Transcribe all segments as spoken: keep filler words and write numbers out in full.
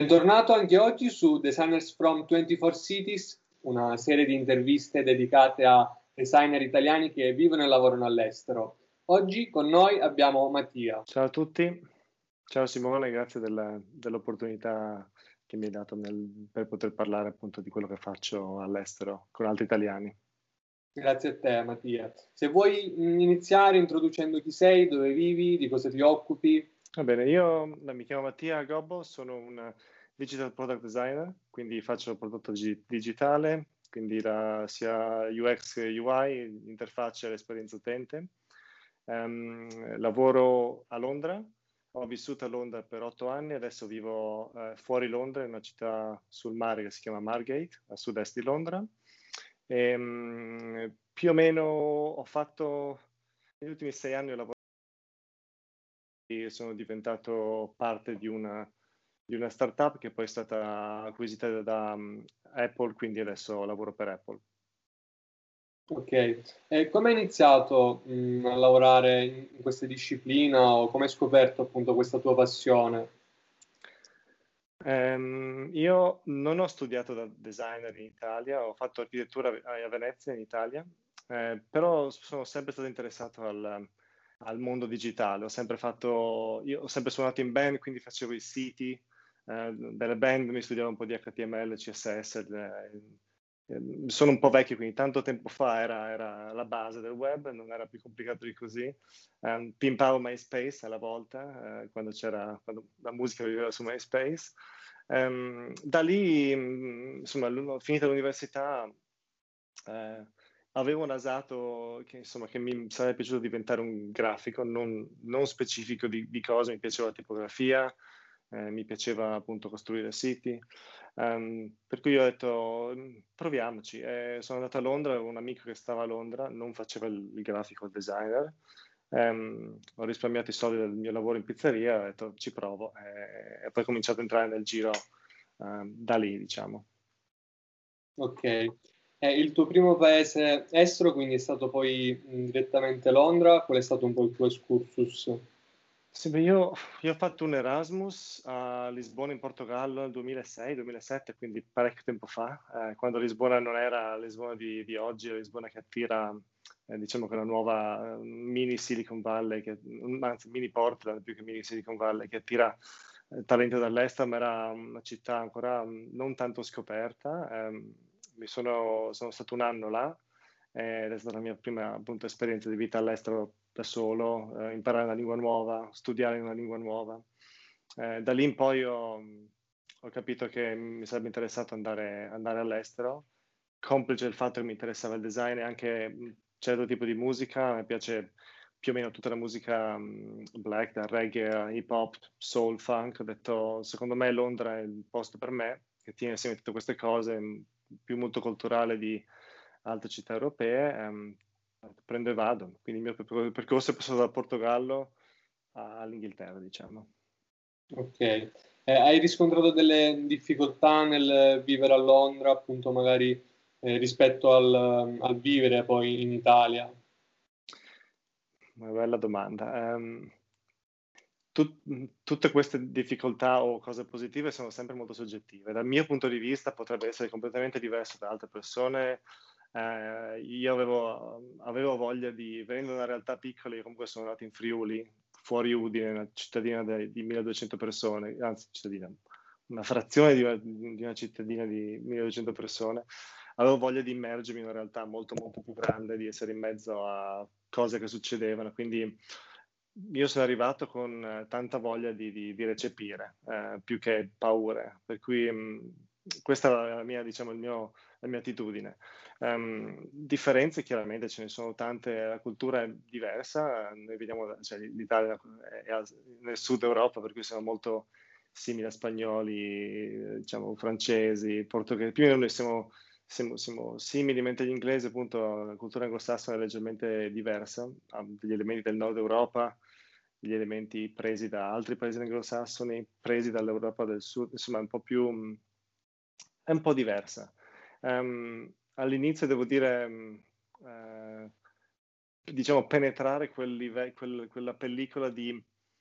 Bentornato anche oggi su Designers from ventiquattro Cities, una serie di interviste dedicate a designer italiani che vivono e lavorano all'estero. Oggi con noi abbiamo Mattia. Ciao a tutti, ciao Simone, grazie della- dell'opportunità che mi hai dato nel- per poter parlare appunto di quello che faccio all'estero con altri italiani. Grazie a te, Mattia. Se vuoi mh, iniziare introducendo chi sei, dove vivi, di cosa ti occupi. Va bene, io eh, mi chiamo Mattia Gobbo, sono un digital product designer, quindi faccio prodotto gi- digitale, quindi la- sia U X che U I, l'interfaccia e l'esperienza utente. Ehm, lavoro a Londra, ho vissuto a Londra per otto anni, adesso vivo eh, fuori Londra, in una città sul mare che si chiama Margate, a sud-est di Londra. Ehm, più o meno ho fatto, negli ultimi sei anni ho lavorato e sono diventato parte di una, di una startup che poi è stata acquisita da, da, um, Apple, quindi adesso lavoro per Apple. Ok. E come hai iniziato mh, a lavorare in, in questa disciplina o come hai scoperto appunto questa tua passione? Ehm, io non ho studiato da designer in Italia, ho fatto architettura a a Venezia in Italia, eh, però sono sempre stato interessato al, al mondo digitale. Ho sempre fatto, io ho sempre suonato in band, quindi facevo i siti eh, delle band, mi studiavo un po' di H T M L, C S S. eh, eh, sono un po' vecchio, quindi tanto tempo fa era, era la base del web, non era più complicato di così. Um, pimpavo MySpace alla volta, eh, quando c'era, quando la musica viveva su MySpace. Um, da lì, mh, insomma, l- finita l'università, eh, avevo nasato che, insomma, che mi sarebbe piaciuto diventare un grafico, non, non specifico di, di cosa, mi piaceva la tipografia, eh, mi piaceva appunto costruire siti. Um, per cui ho detto, "Mm, proviamoci." Eh, sono andato a Londra, avevo un amico che stava a Londra, non faceva il, il grafico, il designer. Ehm, ho risparmiato i soldi del mio lavoro in pizzeria, ho detto ci provo, eh, e poi ho cominciato a entrare nel giro ehm, da lì, diciamo. Ok. Eh, il tuo primo paese estero, quindi è stato poi mh, direttamente Londra, qual è stato un po' il tuo excursus? Sì, beh, io, io ho fatto un Erasmus a Lisbona in Portogallo nel duemilasei-duemilasette, quindi parecchio tempo fa, eh, quando Lisbona non era la Lisbona di, di oggi, la Lisbona che attira, eh, diciamo che è una nuova eh, mini Silicon Valley, che, anzi mini Portland più che mini Silicon Valley, che attira eh, talento dall'estero, ma era una città ancora mm, non tanto scoperta. Ehm, mi sono, sono stato un anno là ed è stata la mia prima appunto, esperienza di vita all'estero da solo, eh, imparare una lingua nuova, studiare una lingua nuova. Eh, da lì in poi ho, ho capito che mi sarebbe interessato andare, andare all'estero, complice il fatto che mi interessava il design e anche un certo tipo di musica, mi piace più o meno tutta la musica um, black, da reggae a hip hop, soul, funk. Ho detto, secondo me Londra è il posto per me, che tiene insieme tutte queste cose, m, più molto culturale di altre città europee. Ehm, prendo e vado. Quindi il mio percor- percorso è passato dal Portogallo all'Inghilterra, diciamo. Ok. Eh, hai riscontrato delle difficoltà nel vivere a Londra, appunto, magari eh, rispetto al, al vivere poi in Italia? Una bella domanda. Ehm, tut- tutte queste difficoltà o cose positive sono sempre molto soggettive. Dal mio punto di vista potrebbe essere completamente diverso da altre persone. Eh, io avevo, avevo voglia di, venendo da una realtà piccola, io comunque sono nato in Friuli, fuori Udine, una cittadina de- di milleduecento persone, anzi cittadina, una frazione di una, di una cittadina di milleduecento persone. Avevo voglia di immergermi in una realtà molto molto più grande, di essere in mezzo a cose che succedevano, quindi io sono arrivato con eh, tanta voglia di, di- di recepire, eh, più che paure, per cui mh, questa è la mia, diciamo, il mio, la mia attitudine. Ehm, differenze chiaramente ce ne sono tante, la cultura è diversa, eh, noi vediamo, cioè, l'Italia è a- nel sud Europa, per cui siamo molto simili a spagnoli, eh, diciamo, francesi, portoghesi, più o meno noi siamo siamo, siamo simili, mentre gli inglesi, appunto, la cultura anglosassone è leggermente diversa, ha degli elementi del nord Europa, degli elementi presi da altri paesi anglosassoni, presi dall'Europa del sud, insomma, è un po' più, mh, è un po' diversa. Ehm, all'inizio devo dire, mh, eh, diciamo, penetrare quel live- quel- quella pellicola di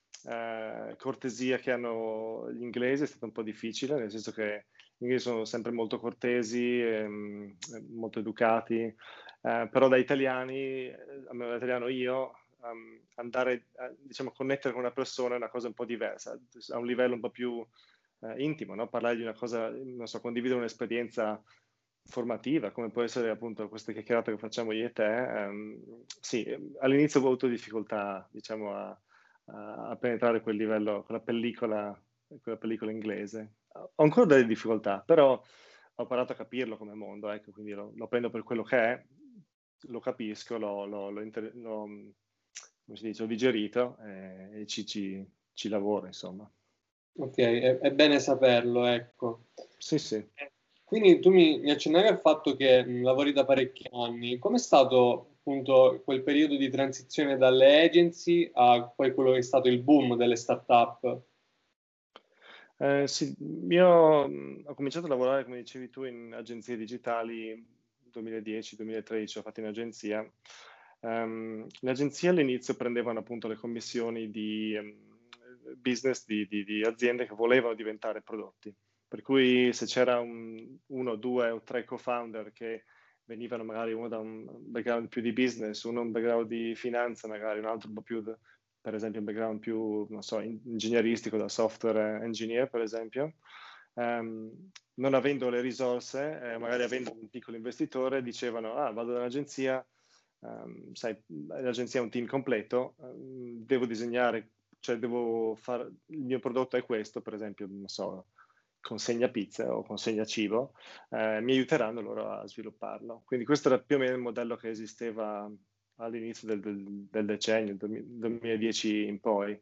eh, cortesia che hanno gli inglesi è stato un po' difficile, nel senso che gli inglesi sono sempre molto cortesi, ehm, molto educati, eh, però da italiani, almeno da italiano io, um, andare a, diciamo, connettere con una persona è una cosa un po' diversa, a un livello un po' più eh, intimo, no? Parlare di una cosa, non so, condividere un'esperienza formativa, come può essere appunto queste chiacchierate che facciamo io e te. Ehm, sì, all'inizio ho avuto difficoltà, diciamo, a, a, a penetrare quel livello, quella pellicola, quella pellicola inglese. Ho ancora delle difficoltà, però ho imparato a capirlo come mondo, ecco, quindi lo, lo prendo per quello che è, lo capisco, lo, lo, lo, inter- lo come si dice, ho digerito eh, e ci, ci, ci lavoro, insomma. Ok, è, è bene saperlo, ecco. Sì, sì. Quindi tu mi, mi accennavi al fatto che mh, lavori da parecchi anni. Com'è stato appunto quel periodo di transizione dalle agency a poi quello che è stato il boom delle start-up? Eh, sì, io mh, ho cominciato a lavorare, come dicevi tu, in agenzie digitali duemiladieci-duemilatredici, ho fatto in agenzia. Ehm, le agenzie all'inizio prendevano appunto le commissioni di ehm, business di, di- di aziende che volevano diventare prodotti. Per cui se c'era un- uno, due o tre co-founder che venivano magari uno da un background più di business, uno un background di finanza, magari un altro un po' più per esempio un background più, non so, ingegneristico da software engineer, per esempio, um, non avendo le risorse, eh, magari avendo un piccolo investitore, dicevano, ah, vado dall'agenzia, um, sai, l'agenzia è un team completo, um, devo disegnare, cioè devo fare, il mio prodotto è questo, per esempio, non so, consegna pizza o consegna cibo, eh, mi aiuteranno loro a svilupparlo. Quindi questo era più o meno il modello che esisteva all'inizio del, del, del decennio, duemiladieci in poi.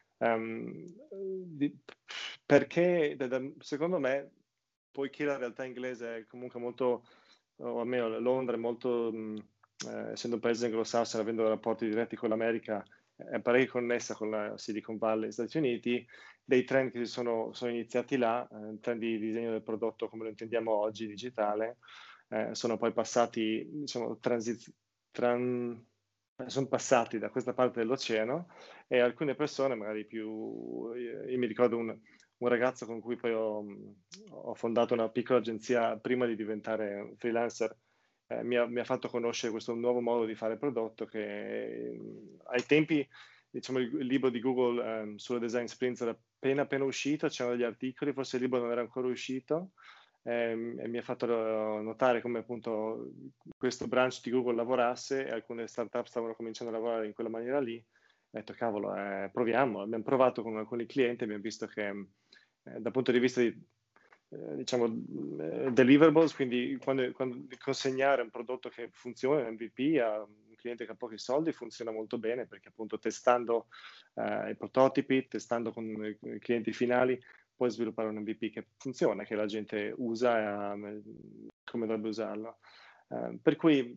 Um, di, perché da, da, secondo me, poiché la realtà inglese è comunque molto, o almeno Londra è molto, mh, eh, essendo un paese anglosassone, avendo rapporti diretti con l'America, è parecchio connessa con la Silicon Valley e Stati Uniti, dei trend che si sono, sono iniziati là, eh, trend di disegno del prodotto come lo intendiamo oggi, digitale, eh, sono poi passati, diciamo, transiz- tran- sono passati da questa parte dell'oceano e alcune persone, magari più, io mi ricordo un, un ragazzo con cui poi ho, ho fondato una piccola agenzia prima di diventare freelancer, eh, mi, ha, mi ha fatto conoscere questo nuovo modo di fare prodotto che eh, ai tempi, diciamo, il, il libro di Google um, sulla design sprints era appena appena uscito, c'erano degli articoli, forse il libro non era ancora uscito, ehm, e mi ha fatto notare come appunto questo branch di Google lavorasse e alcune startup stavano cominciando a lavorare in quella maniera lì. Ho detto, cavolo, eh, proviamo. Abbiamo provato con alcuni clienti e abbiamo visto che eh, dal punto di vista di eh, diciamo, eh, deliverables, quindi quando, quando consegnare un prodotto che funziona, M V P, a un cliente che ha pochi soldi, funziona molto bene perché appunto testando eh, i prototipi, testando con i clienti finali, puoi sviluppare un M V P che funziona, che la gente usa eh, come dovrebbe usarlo. Eh, per cui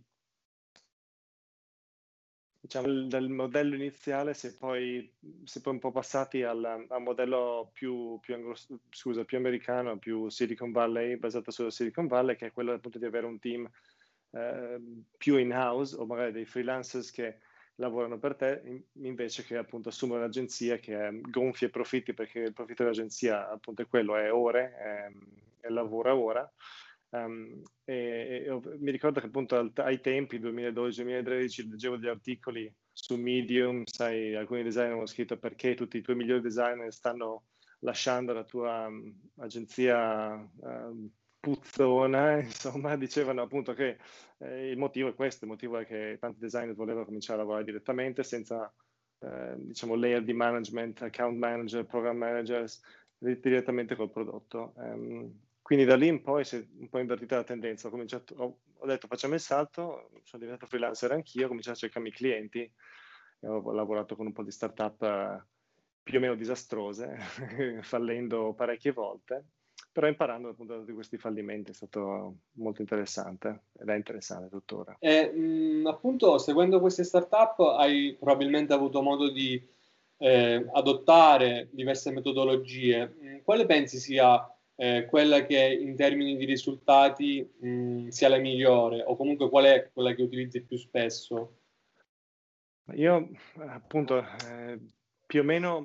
diciamo, dal modello iniziale si è poi, si è poi un po' passati al, a un modello più, più, anglo, scusa, più americano, più Silicon Valley, basato sulla Silicon Valley, che è quello appunto di avere un team eh, più in-house o magari dei freelancers che lavorano per te, in, invece che appunto assumere un'agenzia che è gonfia i profitti, perché il profitto dell'agenzia appunto è quello, è ore, è, è lavoro a ora. Um, e, e, mi ricordo che appunto al, ai tempi, duemiladodici-duemilatredici, leggevo degli articoli su Medium, sai, alcuni designer hanno scritto perché tutti i tuoi migliori designer stanno lasciando la tua um, agenzia um, puzzona, insomma, dicevano appunto che eh, il motivo è questo, il motivo è che tanti designer volevano cominciare a lavorare direttamente senza, eh, diciamo, layer di management, account manager, program managers, direttamente col prodotto. Um, quindi da lì in poi si è un po' invertita la tendenza. Ho, cominciato, ho, ho detto facciamo il salto, sono diventato freelancer anch'io, ho cominciato a cercarmi clienti, e ho lavorato con un po' di startup eh, più o meno disastrose, fallendo parecchie volte, però imparando appunto da questi fallimenti è stato molto interessante ed è interessante tuttora. E mh, appunto seguendo queste startup hai probabilmente avuto modo di eh, adottare diverse metodologie. Mh, quale pensi sia eh, quella che in termini di risultati mh, sia la migliore o comunque qual è quella che utilizzi più spesso? Io appunto eh, più o meno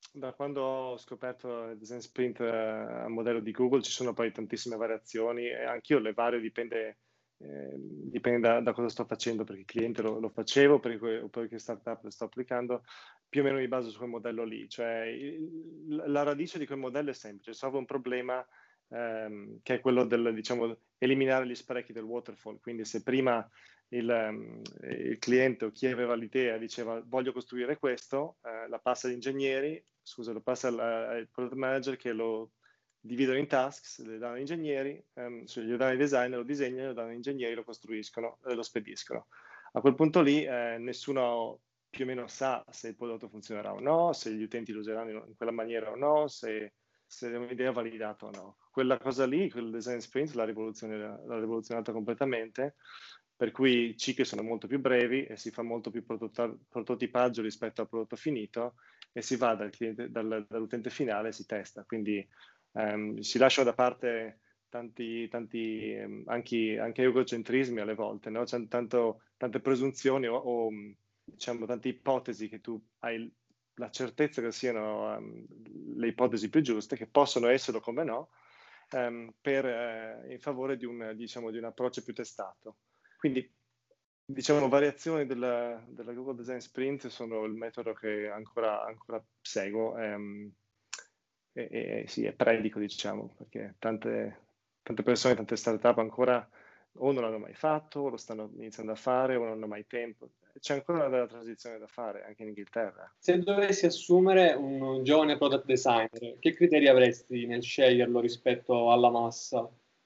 da quando ho scoperto il design sprint eh, a modello di Google ci sono poi tantissime variazioni e anch'io le vario, dipende, eh, dipende da, da cosa sto facendo, perché il cliente lo, lo facevo perché, o perché startup lo sto applicando, più o meno mi baso su quel modello lì, cioè il- la radice di quel modello è semplice, risolve un problema ehm, che è quello del, diciamo, eliminare gli sprechi del waterfall, quindi se prima il, um, il cliente o chi aveva l'idea diceva voglio costruire questo, eh, la passa agli ingegneri, scusa, lo passa al, al product manager che lo dividono in tasks, le danno agli ingegneri, um, cioè gli danno ai designer, lo disegnano, lo danno agli ingegneri, lo costruiscono e lo spediscono. A quel punto lì eh, nessuno più o meno sa se il prodotto funzionerà o no, se gli utenti lo useranno in, in quella maniera o no, se, se è un'idea validata o no. Quella cosa lì, quel design sprint, l'ha rivoluzionata completamente, per cui i cicli sono molto più brevi e si fa molto più prototipaggio rispetto al prodotto finito e si va dal cliente, dal, dall'utente finale e si testa. Quindi ehm, si lasciano da parte tanti, tanti ehm, anche, anche egocentrismi alle volte, no? C'è tanto, tante presunzioni o, o diciamo tante ipotesi che tu hai la certezza che siano um, le ipotesi più giuste, che possono esserlo come no, um, per, uh, in favore di un, diciamo, di un approccio più testato. Quindi, diciamo, variazioni della, della Google Design Sprint sono il metodo che ancora, ancora seguo um, e, e sì, e predico, diciamo, perché tante, tante persone, tante startup ancora o non l'hanno mai fatto, o lo stanno iniziando a fare, o non hanno mai tempo. C'è ancora una bella transizione da fare, anche in Inghilterra. Se dovessi assumere un giovane product designer, che criteri avresti nel sceglierlo rispetto alla massa?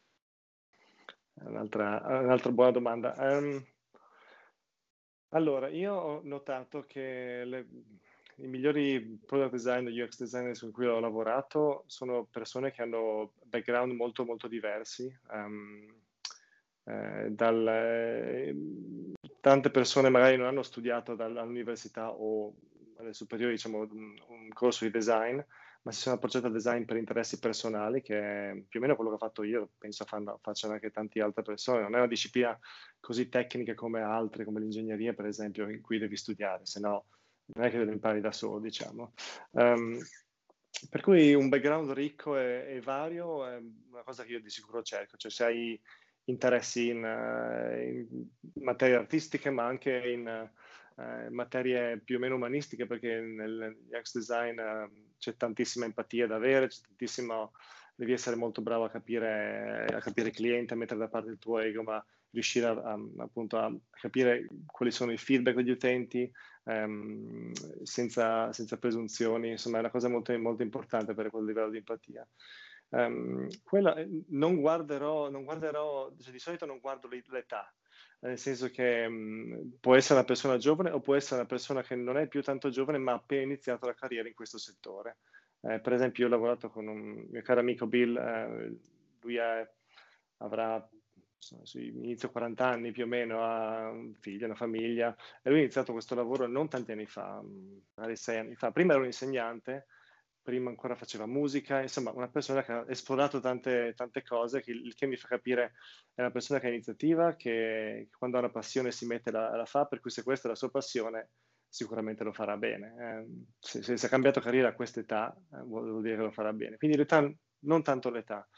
Un'altra, un'altra buona domanda. Um, allora, io ho notato che le, i migliori product designer, U X designer con cui ho lavorato sono persone che hanno background molto molto diversi. Um, eh, dal, eh, tante persone magari non hanno studiato all'università o alle superiori, diciamo, un, un corso di design, ma si sono approcciati al design per interessi personali, che è più o meno quello che ho fatto io, penso fanno, facciano anche tante altre persone. Non è una disciplina così tecnica come altre, come l'ingegneria, per esempio, in cui devi studiare, se no non è che lo impari da solo, diciamo. Um, per cui un background ricco e, e vario è una cosa che io di sicuro cerco, cioè se hai interessi in, in materie artistiche, ma anche in eh, materie più o meno umanistiche, perché nel U X design eh, c'è tantissima empatia da avere, c'è tantissimo, devi essere molto bravo a capire, a capire il cliente, a mettere da parte il tuo ego, ma riuscire a, a, appunto a capire quali sono i feedback degli utenti ehm, senza, senza presunzioni, insomma è una cosa molto, molto importante per quel livello di empatia. Um, quella, non guarderò, non guarderò cioè di solito non guardo l'età, nel senso che um, può essere una persona giovane o può essere una persona che non è più tanto giovane ma ha appena iniziato la carriera in questo settore. Eh, per esempio io ho lavorato con un mio caro amico Bill, eh, lui è, avrà sui inizio quaranta anni più o meno, ha un figlio, una famiglia, e lui ha iniziato questo lavoro non tanti anni fa, magari sei anni fa. Prima era un insegnante, prima ancora faceva musica, insomma una persona che ha esplorato tante, tante cose, che, il che mi fa capire è una persona che è iniziativa, che, che quando ha una passione si mette e la, la fa, per cui se questa è la sua passione sicuramente lo farà bene. Eh, se, se, se ha cambiato carriera a quest'età eh, vuol, vuol dire che lo farà bene. Quindi l'età, non tanto l'età.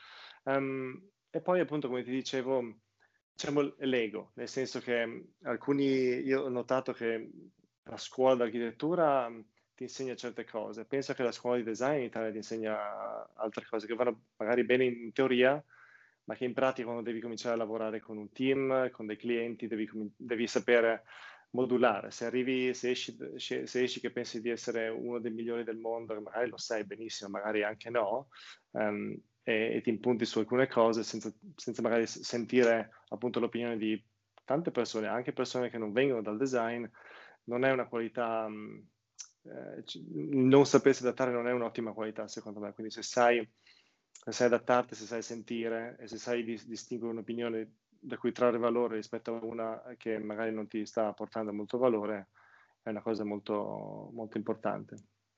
Um, e poi appunto come ti dicevo, diciamo l'ego, nel senso che alcuni, io ho notato che la scuola d'architettura ti insegna certe cose, penso che la scuola di design in Italia ti insegna altre cose che vanno magari bene in teoria, ma che in pratica quando devi cominciare a lavorare con un team, con dei clienti, devi, devi sapere modulare. Se arrivi, se esci, se esci che pensi di essere uno dei migliori del mondo, magari lo sai benissimo, magari anche no, um, e, e ti impunti su alcune cose senza, senza magari sentire appunto l'opinione di tante persone, anche persone che non vengono dal design, non è una qualità, um, eh, non sapersi adattare non è un'ottima qualità secondo me, quindi se sai, se sai adattarti, se sai sentire e se sai dis- distinguere un'opinione da cui trarre valore rispetto a una che magari non ti sta portando molto valore, è una cosa molto, molto importante.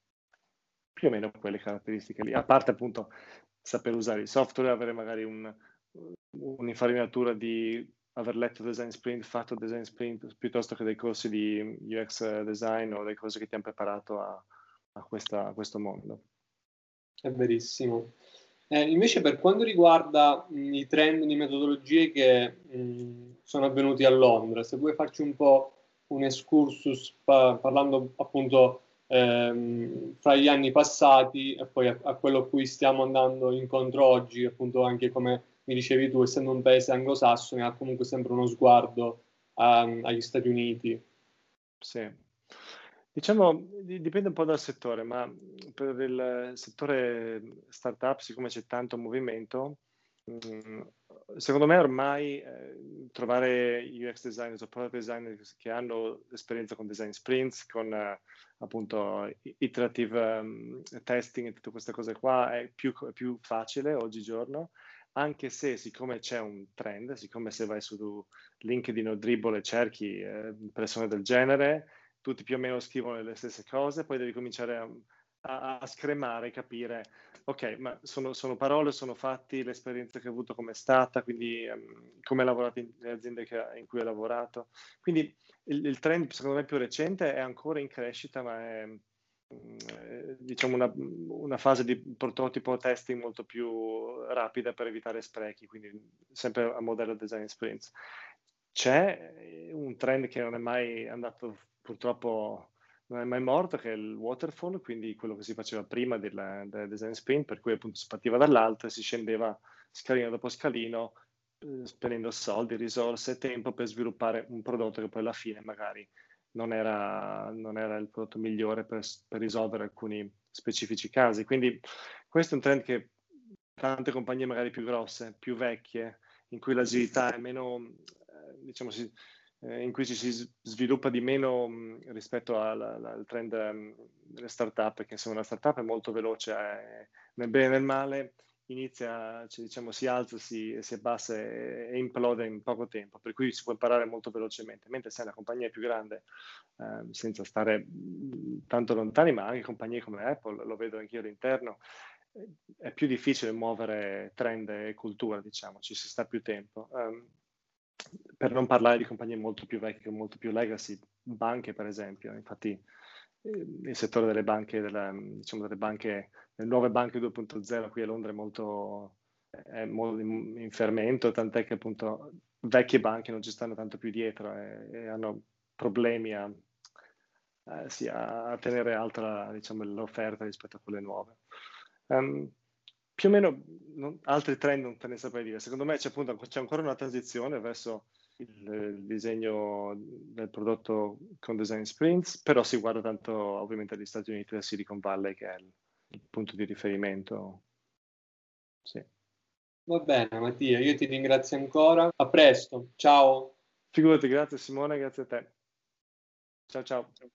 Più o meno quelle caratteristiche lì, a parte appunto saper usare il software, avere magari un, un'infarinatura di aver letto design sprint, fatto design sprint, piuttosto che dei corsi di U X design o dei corsi che ti hanno preparato a, a, questa, a questo mondo. È verissimo. Eh, invece per quanto riguarda mh, i trend di metodologie che mh, sono avvenuti a Londra, se vuoi farci un po' un excursus pa- parlando appunto ehm, fra gli anni passati e poi a, a quello a cui stiamo andando incontro oggi, appunto anche come mi dicevi tu, essendo un paese anglosassone, ha comunque sempre uno sguardo ehm, agli Stati Uniti. Sì. Diciamo, di- dipende un po' dal settore, ma per il settore startup, siccome c'è tanto movimento, mm, secondo me ormai eh, trovare U X designers o product designers che hanno esperienza con design sprints, con eh, appunto iterative um, testing e tutte queste cose qua è più, è più facile oggigiorno, anche se siccome c'è un trend, siccome se vai su LinkedIn o Dribbble e cerchi eh, persone del genere, tutti più o meno scrivono le stesse cose, poi devi cominciare a, a, a scremare, capire, ok, ma sono, sono parole, sono fatti, l'esperienza che ho avuto come è stata, quindi um, come hai lavorato in, nelle aziende che, in cui hai lavorato. Quindi il, il trend, secondo me, più recente è ancora in crescita, ma è mm, diciamo una, una fase di prototipo testing molto più rapida per evitare sprechi, quindi sempre a modello design sprints. C'è un trend che non è mai andato, purtroppo non è mai morto, che è il waterfall, quindi quello che si faceva prima del, del design sprint, per cui appunto si partiva dall'alto e si scendeva scalino dopo scalino, eh, spendendo soldi, risorse e tempo per sviluppare un prodotto che poi alla fine magari non era, non era il prodotto migliore per, per risolvere alcuni specifici casi. Quindi questo è un trend che tante compagnie magari più grosse, più vecchie, in cui l'agilità è meno, eh, diciamo, si, eh, in cui ci si sviluppa di meno mh, rispetto al, al trend um, delle startup, che se una startup è molto veloce, eh, nel bene e nel male, inizia, cioè, diciamo, si alza, si, si abbassa e, e implode in poco tempo, per cui si può imparare molto velocemente, mentre se è una compagnia più grande, eh, senza stare mh, tanto lontani, ma anche compagnie come Apple, lo vedo anch'io all'interno, è più difficile muovere trend e cultura, diciamo, ci si sta più tempo. Um, per non parlare di compagnie molto più vecchie, molto più legacy, banche per esempio, infatti eh, il settore delle banche, della, diciamo delle banche, le nuove banche due punto zero qui a Londra è molto, è molto in, in fermento, tant'è che appunto vecchie banche non ci stanno tanto più dietro e, e hanno problemi a, eh, sì, a tenere alta, diciamo, l'offerta rispetto a quelle nuove. Um, più o meno non, altri trend non te ne saprei dire. Secondo me c'è, appunto, c'è ancora una transizione verso il, il disegno del prodotto con design sprints, però si guarda tanto ovviamente agli Stati Uniti e al Silicon Valley, che è il, il punto di riferimento. Sì. Va bene, Mattia, io ti ringrazio ancora. A presto, ciao. Figurati, grazie Simone, grazie a te. Ciao ciao.